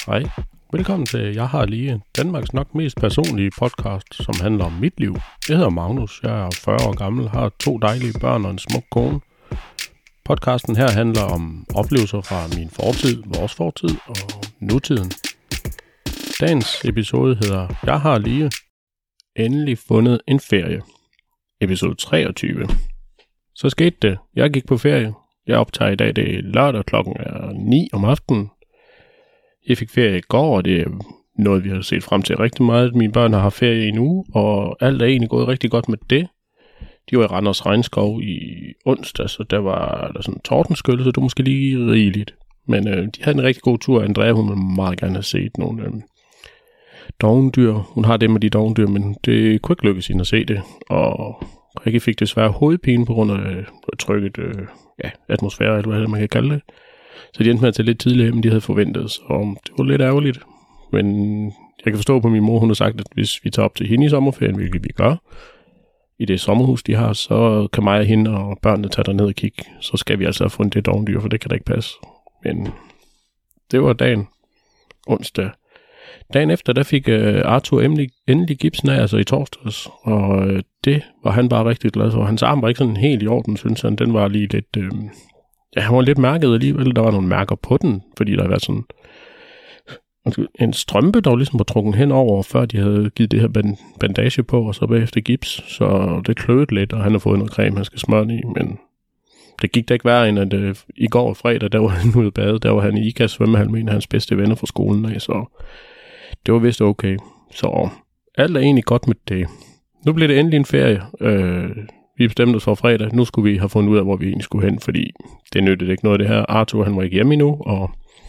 Hej, velkommen til Jeg har lige Danmarks nok mest personlige podcast, som handler om mit liv. Jeg hedder Magnus, jeg er 40 år gammel, har 2 dejlige børn og en smuk kone. Podcasten her handler om oplevelser fra min fortid, vores fortid og nutiden. Dagens episode hedder Jeg har lige endelig fundet en ferie. Episode 23. Så skete det. Jeg gik på ferie. Jeg optager i dag, det er lørdag, klokken er 9 om aftenen. Jeg fik ferie i går, og det er noget, vi har set frem til rigtig meget. Mine børn har haft ferie i en uge, og alt er egentlig gået rigtig godt med det. De var i Randers Regnskov i onsdag, så der var der sådan en tordenskyld, så det var måske lige rigeligt. Men de havde en rigtig god tur. Andrea, hun ville meget gerne have set nogle dovendyr. Hun har det med de dovendyr, men det kunne ikke lykkes hende at se det. Og Rikke fik desværre hovedpine på grund af trykket atmosfære, eller hvad man kan kalde det. Så de endte med at tage lidt tidligere, end de havde forventet, så det var lidt ærgerligt. Men jeg kan forstå på min mor, hun har sagt, at hvis vi tager op til hende i sommerferien, hvilket vi gør, i det sommerhus, de har, så kan mig og hende og børnene tage derned og kigge. Så skal vi altså have fundet det dovendyr, for det kan da ikke passe. Men det var dagen onsdag. Dagen efter, der fik Arthur endelig gipsen af, altså i torsdags, og det var han bare rigtig glad for. Hans arm var ikke sådan helt i orden, synes han. Den var lige lidt... han var lidt mærket alligevel. Der var nogle mærker på den, fordi der havde været sådan en strømpe, der var ligesom på trukken henover, før de havde givet det her bandage på, og så bagefter gips. Så det kløede lidt, og han har fået noget creme, han skal smøre i, men det gik da ikke værre end, at i går fredag, der var han ude at bade, der var han i IKAS svømmehal med en af hans bedste venner fra skolen af, så det var vist okay. Så alt er egentlig godt med det. Nu bliver det endelig en ferie. Vi bestemte os for fredag. Nu skulle vi have fundet ud af, hvor vi egentlig skulle hen, fordi det nyttede ikke noget af det her. Arthur, han var ikke hjemme endnu, og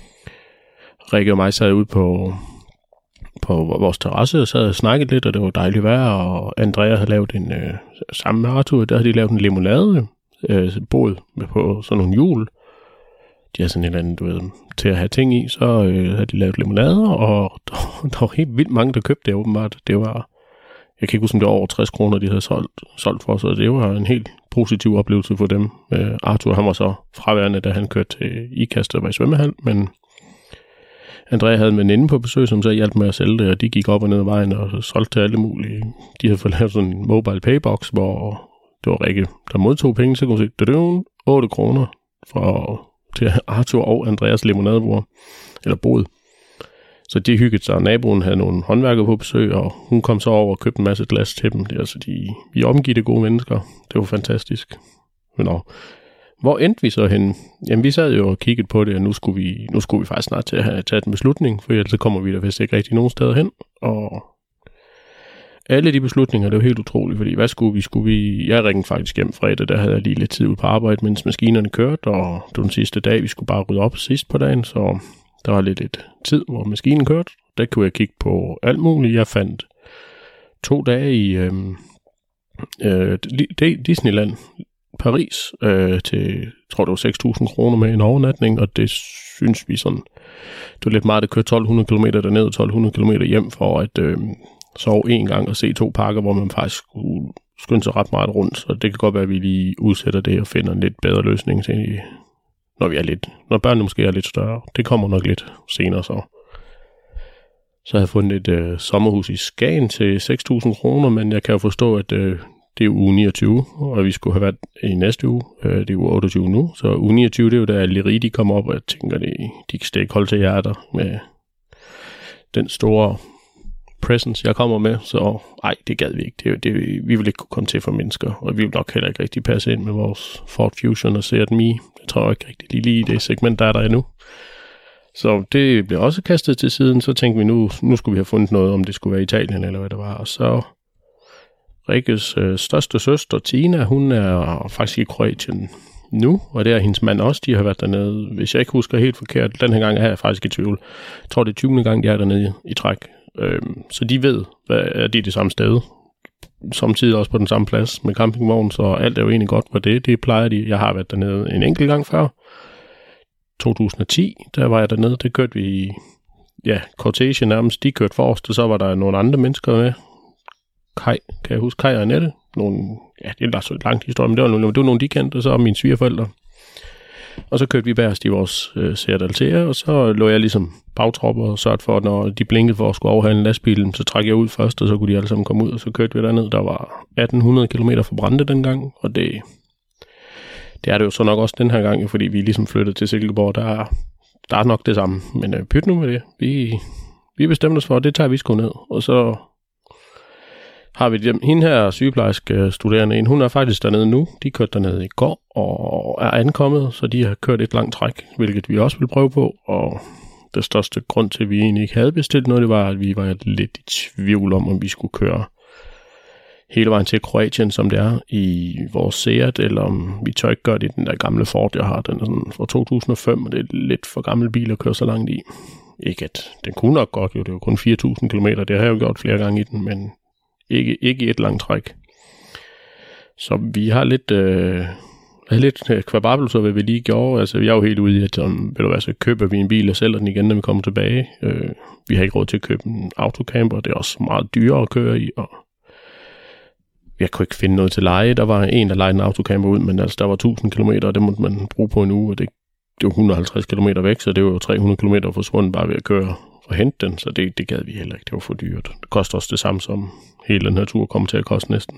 Rikke og mig sad ude på vores terrasse og sad og snakkede lidt, og det var dejligt vejr, og Andrea havde lavet sammen med Arthur, der havde de lavet en limonade båd på sådan nogle hjul. De har sådan et eller andet, til at have ting i, så havde de lavet limonader, og der var helt vildt mange, der købte det åbenbart. Det var... Jeg kan ikke huske, om det var over 60 kroner, de havde solgt for, så det var en helt positiv oplevelse for dem. Arthur, han var så fraværende, da han kørte til IKAS, der var i svømmehal, men Andrea havde en veninde på besøg, som så hjalp med at sælge det, og de gik op og ned ad vejen og solgte til alle mulige. De havde fået lavet sådan en mobile paybox, hvor det var Rikke, der modtog penge, så kunne man se, 8 kroner til Arthur og Andreas limonadebord, eller bod. Så de hyggede sig, og naboen havde nogle håndværkere på besøg, og hun kom så over og købte en masse glas til dem. Vi omgivede gode mennesker. Det var fantastisk. Men hvor endte vi så hen? Jamen, vi sad jo og kiggede på det, og nu skulle vi faktisk snart til at have taget en beslutning, for ellers så kommer vi der vist ikke rigtig nogen steder hen. Og alle de beslutninger, det var helt utroligt, fordi hvad skulle vi? Jeg ringede faktisk hjem fredag, der havde jeg lige lidt tid ude på arbejde, mens maskinerne kørte, og det var den sidste dag, vi skulle bare rydde op sidst på dagen, så... Der var lidt tid, hvor maskinen kørte. Der kunne jeg kigge på alt muligt. Jeg fandt 2 dage i Disneyland Paris til, jeg tror det var 6.000 kroner med en overnatning, og det synes vi sådan, det var lidt meget at køre 1200 km derned og 1200 km hjem for at sove en gang og se 2 parker, hvor man faktisk skulle skynde sig ret meget rundt, så det kan godt være, at vi lige udsætter det og finder en lidt bedre løsning til når børnene måske er lidt større. Det kommer nok lidt senere så. Så har jeg fundet et sommerhus i Skagen til 6.000 kroner, men jeg kan jo forstå, at det er uge 29, og vi skulle have været i næste uge. Det er uge 28 nu, så uge 29, det er jo der alle de kommer op, og jeg tænker, de kan ikke holde til hjerter med den store presence, jeg kommer med, så det gad vi ikke. Vi vil ikke kunne komme til for mennesker, og vi vil nok heller ikke rigtig passe ind med vores Ford Fusion og Seat Mii. Jeg tror ikke rigtig lige i det segment, der er der endnu. Så det blev også kastet til siden, så tænkte vi, nu skulle vi have fundet noget, om det skulle være Italien eller hvad det var, og så Rikkes største søster, Tina, hun er faktisk i Kroatien nu, og det er hendes mand også, de har været dernede. Hvis jeg ikke husker helt forkert, den her gang er jeg faktisk i tvivl. Jeg tror, det er 20. gang, de er dernede i træk. Så de ved, at de er det samme sted. Samtidig også på den samme plads med campingvogn, så alt er jo egentlig godt for det. Det plejer de. Jeg har været dernede en enkelt gang før. 2010, der var jeg dernede. Det kørte vi i cortege nærmest. De kørte forrest, og så var der nogle andre mennesker med. Kai, kan jeg huske, Kai og Annette. Det er så langt historie, men det var nogle de kendte, og så mine svigerforældre. Og så kørte vi bagerst i vores Seat Altea, og så lå jeg ligesom bagtropper og sørgte for, at når de blinkede for at skulle overhale lastbilen, så trak jeg ud først, og så kunne de alle sammen komme ud, og så kørte vi derned. Der var 1800 km forbrændte dengang, og det er det jo så nok også den her gang, fordi vi ligesom flyttede til Silkeborg. Der er nok det samme, men pyt nu med det. Vi bestemte os for, at det tager vi sgu ned, og så har vi hende her sygeplejerske studerende, hun er faktisk dernede nu. De kørte dernede i går og er ankommet, så de har kørt et langt træk, hvilket vi også vil prøve på. Og det største grund til, at vi egentlig ikke havde bestilt noget, det var, at vi var lidt i tvivl om vi skulle køre hele vejen til Kroatien, som det er i vores Seat, eller om vi tør ikke gøre det i den der gamle Ford, jeg har. Den er sådan fra 2005, og det er lidt for gammel bil at køre så langt i. Ikke at den kunne nok godt, jo, det er jo kun 4.000 km, det har jeg jo gjort flere gange i den, men ikke i et langt træk. Så vi har lidt kvababelser, hvad vi lige gjorde. Altså, vi er jo helt ude i, at så køber vi en bil og sælger den igen, når vi kommer tilbage. Vi har ikke råd til at købe en autocamper, det er også meget dyrere at køre i, og jeg kunne ikke finde noget til leje. Der var en, der lejede en autocamper ud, men altså, der var 1000 km, og det måtte man bruge på en uge, og det var 150 km væk, så det var jo 300 km forsvundet bare ved at køre og hente den, så det gad vi heller ikke. Det var for dyrt. Det koster også det samme, som hele den her tur kommer til at koste næsten.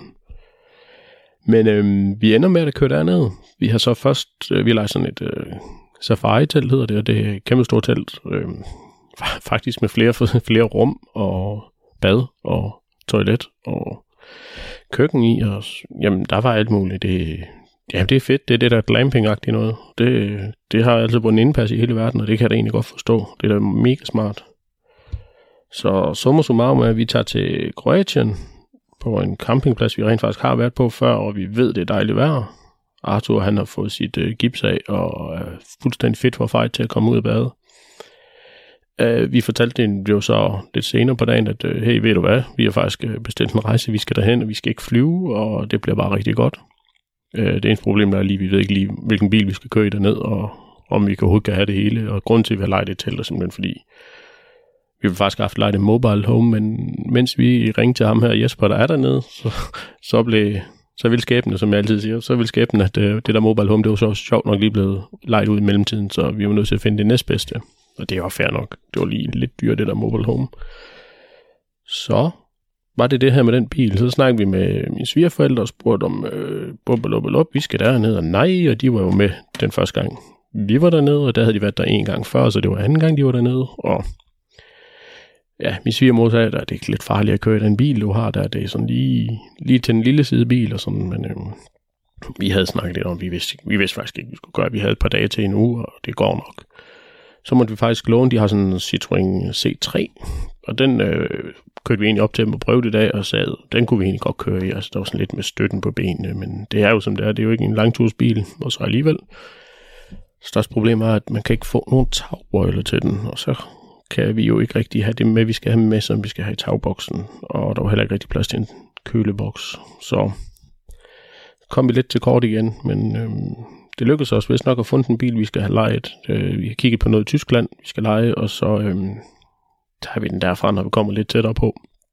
Men vi ender med at køre derned. Vi har så først, vi lejer sådan et safari-telt, hedder det, og det er et kæmpe stort telt. Faktisk med flere rum og bad og toilet og køkken i, og jamen, der var alt muligt. Det er fedt. Det er det der glamping-agtigt noget. Det har altså på en indpas i hele verden, og det kan jeg da egentlig godt forstå. Det er da mega smart. Så summa summarum er, at vi tager til Kroatien på en campingplads, vi rent faktisk har været på før, og vi ved, det er dejligt vejr. Arthur, han har fået sit gips af, og er fuldstændig fedt for fight til at komme ud af badet. Vi fortalte det jo så lidt senere på dagen, at hey, ved du hvad, vi har faktisk bestilt en rejse, vi skal derhen, og vi skal ikke flyve, og det bliver bare rigtig godt. Det eneste problem er lige, vi ved ikke lige, hvilken bil vi skal køre i derned, og om vi overhovedet kan have det hele. Og grunden til, at vi har lejet et telt, er simpelthen fordi, vi har faktisk haft lejet en mobile home, men mens vi ringte til ham her, Jesper, der er dernede, så ville skæbnen, som jeg altid siger, så ville skæbnen, at det der mobile home, det var så sjovt nok lige blevet lejet ud i mellemtiden, så vi var nødt til at finde det næstbedste. Og det var fair nok. Det var lige lidt dyrt, det der mobile home. Så var det her med den bil. Så snakkede vi med mine svigerforældre og spurgte om, vi skal derned, og nej, og de var jo med den første gang. Vi var dernede, og der havde de været der en gang før, så det var anden gang, de var dernede, og ja, min svigermor sagde, at det er lidt farligt at køre i den bil, du har der. Det er sådan lige til den lille side bil og sådan, men vi havde snakket lidt om, vi vidste faktisk ikke, vi skulle gøre. Vi havde et par dage til en uge, og det går nok. Så måtte vi faktisk låne, de har sådan en Citroën C3, og den kørte vi egentlig op til dem og prøve i dag, og sagde, den kunne vi egentlig godt køre i. Altså, der var sådan lidt med støtten på benene, men det er jo som det er. Det er jo ikke en langtursbil, og så alligevel. Største problem er, at man kan ikke få nogen tagbøjler til den, og så kan vi jo ikke rigtig have det med, vi skal have med, som vi skal have i tagboksen, og der var heller ikke rigtig plads til en køleboks. Så kom vi lidt til kort igen, men det lykkedes os vist nok at finde en bil, vi skal have lejet. Vi har kigget på noget i Tyskland, vi skal leje, og så tager vi den derfra, når vi kommer lidt tættere på.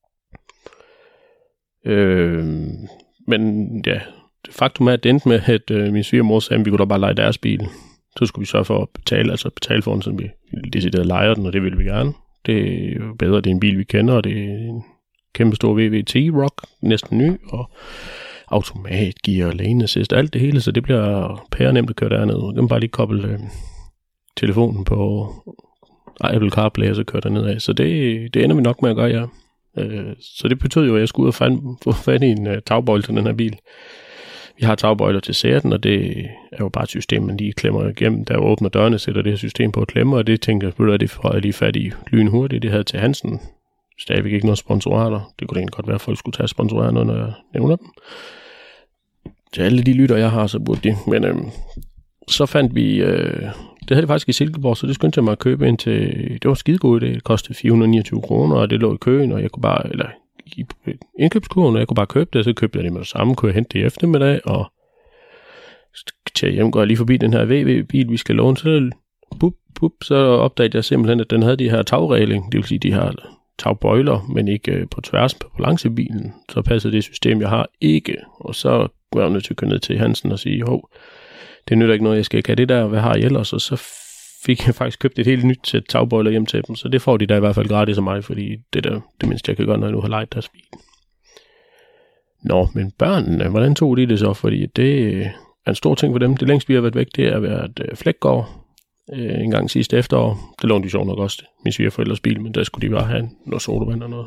Men ja, det faktum er, at det endte med, at min svigermor sagde, at vi kunne da bare leje deres bil. Så skulle vi sørge for at betale for den, så vi decideret lejer den, og det ville vi gerne. Det er jo bedre, det er en bil, vi kender, og det er en kæmpe stor VVT Rock, næsten ny, og automat, gear, lane assist, alt det hele, så det bliver pærenemt at køre derned. Du kan bare lige koble telefonen på Apple CarPlay, og så køre derned af. Så det ender vi nok med at gøre, ja. Så det betød jo, at jeg skulle ud og få fat i en tagbøjle til den her bil. Vi har tagbøjler til sæden, og det er jo bare et system, man lige klemmer igennem. Der åbner dørene, sætter det her system på at klemme, og det tænker jeg, at det får jeg lige fat i lynhurtigt. Det havde til Hansen. Stadigvæk ikke noget sponsorater. Det kunne egentlig godt være, at folk skulle tage sponsorater, når jeg nævner dem. Til alle de lytter, jeg har, så burde de. Men så fandt vi, det havde det faktisk i Silkeborg, så det skyndte jeg mig at købe ind til, det var skidegod, det kostede 429 kroner, og det lå i køen, og jeg kunne bare, eller i indkøbskurven, og jeg kunne bare købe det, og så købte jeg det med det samme, kunne jeg hente det i eftermiddag, og til hjem går jeg lige forbi den her VW-bil, vi skal låne til, så opdagede jeg simpelthen, at den havde de her tagregling, det vil sige de her tagbøjler, men ikke på tværs på langs i bilen, så passede det system, jeg har, ikke, og så var jeg nødt til at køre ned til Hansen og sige, det nytter ikke noget, jeg skal ikke have det der, hvad har jeg ellers? Og så fik jeg faktisk købt et helt nyt sæt tagbøjler hjem til dem, så det får de da i hvert fald gratis af mig, fordi det der, det mindste jeg kan gøre, når jeg nu har lejet deres bil. Nå, men børnene, hvordan tog de det så? Fordi det er en stor ting for dem. Det længste vi har været væk, det er været Flækgaard en gang sidste efterår. Det lånte de sjovt nok også min svigerforældres bil, men der skulle de bare have noget sodavand og noget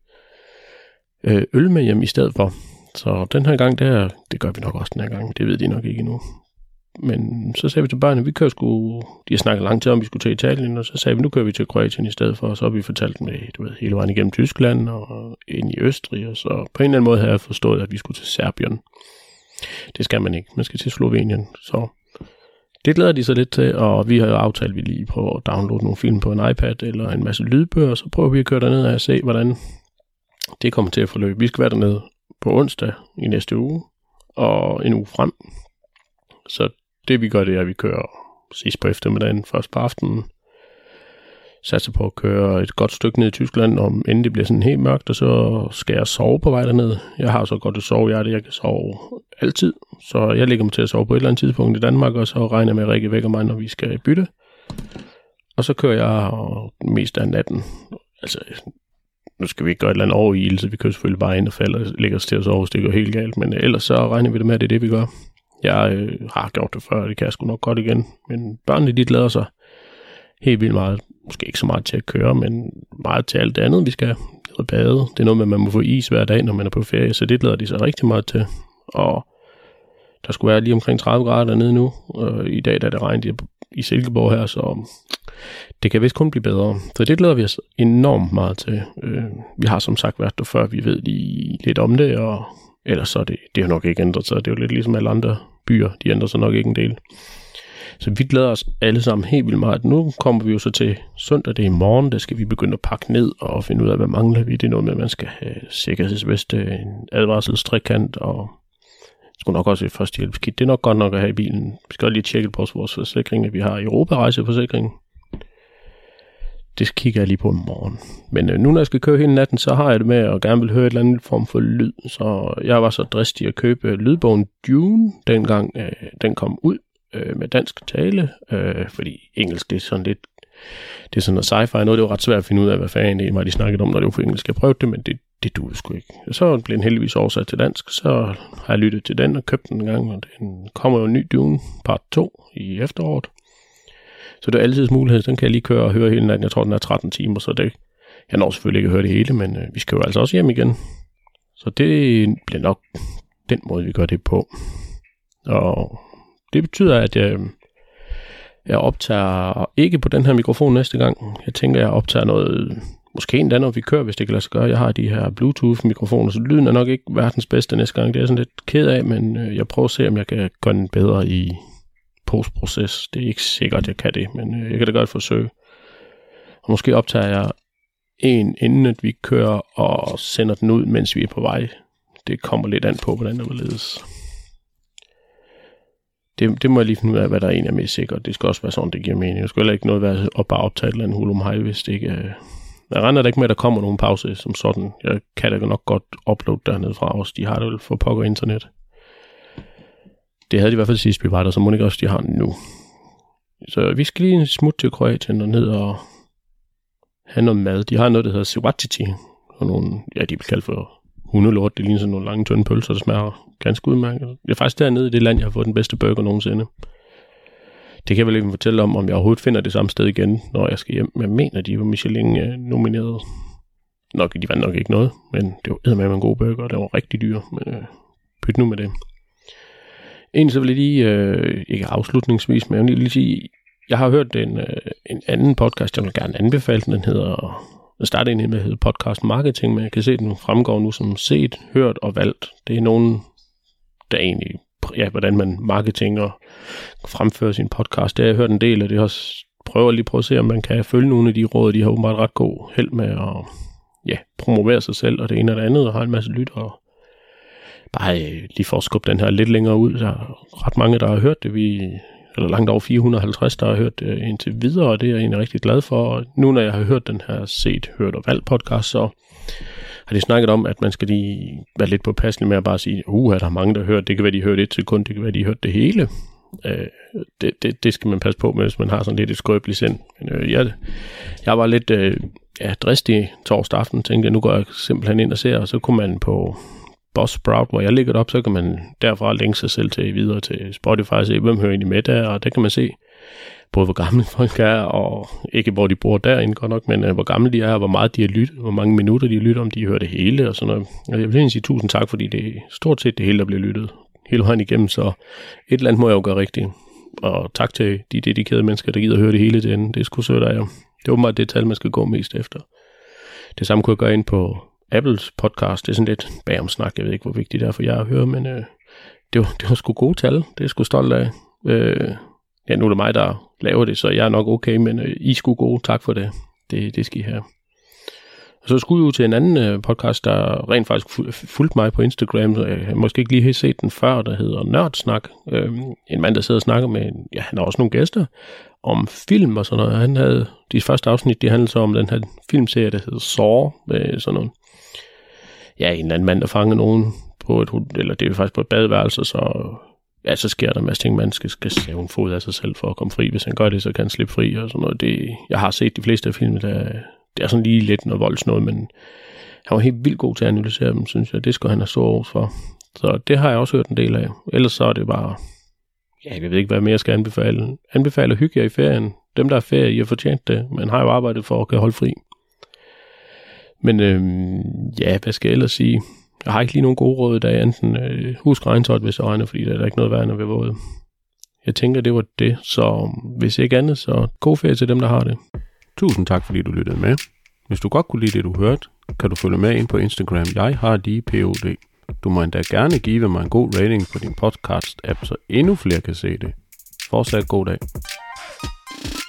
øl med hjem i stedet for. Så den her gang, det gør vi nok også den her gang. Det ved de nok ikke endnu. Men så sagde vi til børnene, vi kører sgu... De har snakket lang tid om, vi skulle til Italien, og så sagde vi, nu kører vi til Kroatien i stedet for. Og så har vi fortalt dem, hele vejen igennem Tyskland og ind i Østrig. Og så på en eller anden måde har jeg forstået, at vi skulle til Serbien. Det skal man ikke. Man skal til Slovenien. Så det glæder de sig lidt til, og vi har jo aftalt, at vi lige prøver at downloade nogle film på en iPad eller en masse lydbøger, så prøver vi at køre derned og se, hvordan det kommer til at forløbe. Vi skal være dernede på onsdag i næste uge, og en uge frem. Så det vi gør, det er, at vi kører sidst på eftermiddagen, først på aftenen. Satser på at køre et godt stykke ned i Tyskland, om inden det bliver sådan helt mørkt, og så skal jeg sove på vej derned. Jeg har så godt et sovehjerte, jeg kan sove altid. Så jeg lægger mig til at sove på et eller andet tidspunkt i Danmark, og så regner jeg med, at Rikke vækker mig, når vi skal bytte. Og så kører jeg mest af natten. Altså, nu skal vi ikke gøre et eller andet over i, så vi kører selvfølgelig bare ind og falder og lægger os til at sove, hvis det går helt galt. Men ellers så regner vi det med, at det er det, vi gør. Jeg har gjort det før, det kan jeg sgu nok godt igen. Men børnene, de glæder sig helt vildt meget. Måske ikke så meget til at køre, men meget til alt det andet, vi skal bade. Det er noget med, at man må få is hver dag, når man er på ferie, så det glæder de sig rigtig meget til. Og der skulle være lige omkring 30 grader dernede nu. I dag, da det regnede i Silkeborg her, så det kan vist kun blive bedre. Så det glæder vi os enormt meget til. Vi har som sagt været der før, vi ved lige lidt om det, og ellers så det har nok ikke ændret sig. Det er jo lidt ligesom alle andre byer, de ændrer sig nok ikke en del. Så vi glæder os alle sammen helt vildt meget. Nu kommer vi jo så til søndag, det er i morgen, der skal vi begynde at pakke ned og finde ud af, hvad mangler vi. Det er noget med, at man skal have sikkerhedsveste, en advarselstrikant og skulle nok også et førstehjælpskit. Det er nok godt nok at have i bilen. Vi skal lige tjekke på vores forsikring, at vi har Europa-rejseforsikring. Det kigger jeg lige på i morgen. Men nu når jeg skal køre hele natten, så har jeg det med at gerne vil høre et eller andet form for lyd. Så jeg var så dristig at købe lydbogen Dune, dengang den kom ud med dansk tale. Fordi engelsk, det er sådan lidt, det er sådan noget sci-fi. Noget, det var ret svært at finde ud af, hvad fanden det var, de snakkede om, når det var på engelsk. Jeg prøvede det, men det duede sgu ikke. Så blev den heldigvis oversat til dansk, så har jeg lyttet til den og købt den en gang. Og den kommer jo en ny Dune, part 2 i efteråret. Så det er altid mulighed. Den kan jeg lige køre og høre hele natten. Jeg tror, den er 13 timer, så det... Jeg når selvfølgelig ikke at høre det hele, men vi skal jo altså også hjem igen. Så det bliver nok den måde, vi gør det på. Og det betyder, at jeg optager ikke på den her mikrofon næste gang. Jeg tænker, jeg optager noget... Måske endda, når vi kører, hvis det kan lade sig gøre. Jeg har de her Bluetooth-mikrofoner, så lyden er nok ikke verdens bedste næste gang. Det er jeg sådan lidt ked af, men jeg prøver at se, om jeg kan gøre den bedre i postproces. Det er ikke sikkert, at jeg kan det, men jeg kan da godt forsøge. Og måske optager jeg en, inden at vi kører og sender den ud, mens vi er på vej. Det kommer lidt an på, hvordan det vil ledes. Det må jeg lige finde ud af, hvad der egentlig er mest sikkert. Det skal også være sådan, det giver mening. Jeg skal heller ikke noget være at bare optage et eller andet hulum hej, hvis det ikke... Jeg regner da ikke med, at der kommer nogen pause som sådan. Jeg kan da nok godt uploade dernede fra os. De har det vel for pokker internet. Det havde de i hvert fald sidst, vi var der, så må ikke også, de har den nu. Så vi skal lige smutte til Kroatien og ned og have noget mad. De har noget, der hedder Sivatici. Og nogle, ja, de bliver kaldt for hundelort. Det ligner sådan nogle lange, tynde pølser, der smager ganske udmærket. Jeg er faktisk dernede i det land, jeg har fået den bedste burger nogensinde. Det kan jeg vel ikke fortælle om jeg overhovedet finder det samme sted igen, når jeg skal hjem. Men jeg mener, de var Michelin-nomineret. De vandt nok ikke noget, men det var eddermame en god burger, det var rigtig dyr. Men pyt nu med det. Egentlig så vil jeg lige, ikke afslutningsvis, men jeg vil lige sige, jeg har hørt en anden podcast, jeg vil gerne anbefale den. Den starter egentlig med at hedde Podcast Marketing, men jeg kan se, at den fremgår nu som set, hørt og valgt. Det er nogen, der egentlig, ja, hvordan man marketing og fremfører sin podcast. Det har jeg hørt en del af det, også prøver at se, om man kan følge nogle af de råd. De har åbenbart ret god held med at promovere sig selv, og det ene og det andet, og har en masse lyttere. Bare lige for at skubbe den her lidt længere ud. Der er ret mange, der har hørt det. Eller langt over 450, der har hørt det indtil videre, og det er jeg egentlig rigtig glad for. Og nu, når jeg har hørt den her set, hørt og valgt podcast, så har de snakket om, at man skal lige være lidt påpasselig med at bare sige, der er mange, der har hørt. Det kan være, de hørte et sekund, det kan være, de har hørt det hele. Det skal man passe på med, hvis man har sådan lidt et skrøbeligt sind. Men jeg var lidt dristig torsdag aften, tænkte jeg, nu går jeg simpelthen ind og ser, og så kunne man på Buzzsprout, hvor jeg ligger det op, så kan man derfra linke sig selv videre til Spotify og se, hvem hører egentlig med der, og der kan man se både hvor gamle folk er, og ikke hvor de bor derinde godt nok, men hvor gamle de er, og hvor meget de har lyttet, hvor mange minutter de har lyttet, om de hører det hele og sådan noget. Og jeg vil egentlig sige tusind tak, fordi det er stort set det hele, der bliver lyttet hele vejen igennem, så et eller andet må jeg jo gøre rigtigt. Og tak til de dedikerede mennesker, der gider høre det hele til enden. Det er sgu sødt af jer. Det var meget det tal, man skal gå mest efter. Det samme kunne jeg gøre ind på Apples podcast. Det er sådan lidt bagomsnak. Jeg ved ikke, hvor vigtigt det er for jer at høre, men det var sgu gode tal. Det er jeg sgu stolt af. Nu er det mig, der laver det, så jeg er nok okay, men I er sgu gode. Tak for det. Det skal I have. Og så skulle jeg ud til en anden podcast, der rent faktisk fulgte mig på Instagram, så jeg måske ikke lige har set den før, der hedder Nørdsnak. En mand, der sidder og snakker med, han har også nogle gæster om film og sådan noget. Han havde de første afsnit, de handlede så om den her filmserie, der hedder Saw, med sådan noget. Ja, en eller anden mand, der fanger nogen på et, eller det er faktisk på et badeværelse, så sker der en masse ting, man skal sæve en fod af sig selv for at komme fri. Hvis han gør det, så kan han slippe fri og sådan noget. Jeg har set de fleste af filmene, det er sådan lige lidt noget voldsnået, men han var helt vildt god til at analysere dem, synes jeg. Det skal han have stor ros for. Så det har jeg også hørt en del af. Ellers så er det bare, jeg ved ikke, hvad mere jeg skal anbefale. Anbefale at hygge jer i ferien. Dem, der er ferie, I har fortjent det. Man har jo arbejdet for at kunne holde fri. Men hvad skal jeg ellers sige? Jeg har ikke lige nogen gode råd i dag. Enten husk regntøjet, hvis det regner, fordi der er ikke noget værre, når vi er våde. Jeg tænker, det var det. Så hvis ikke andet, så god ferie til dem, der har det. Tusind tak, fordi du lyttede med. Hvis du godt kunne lide det, du hørte, kan du følge med ind på Instagram. Jeg har lige POD. Du må endda gerne give mig en god rating på din podcast-app, så endnu flere kan se det. Fortsat god dag.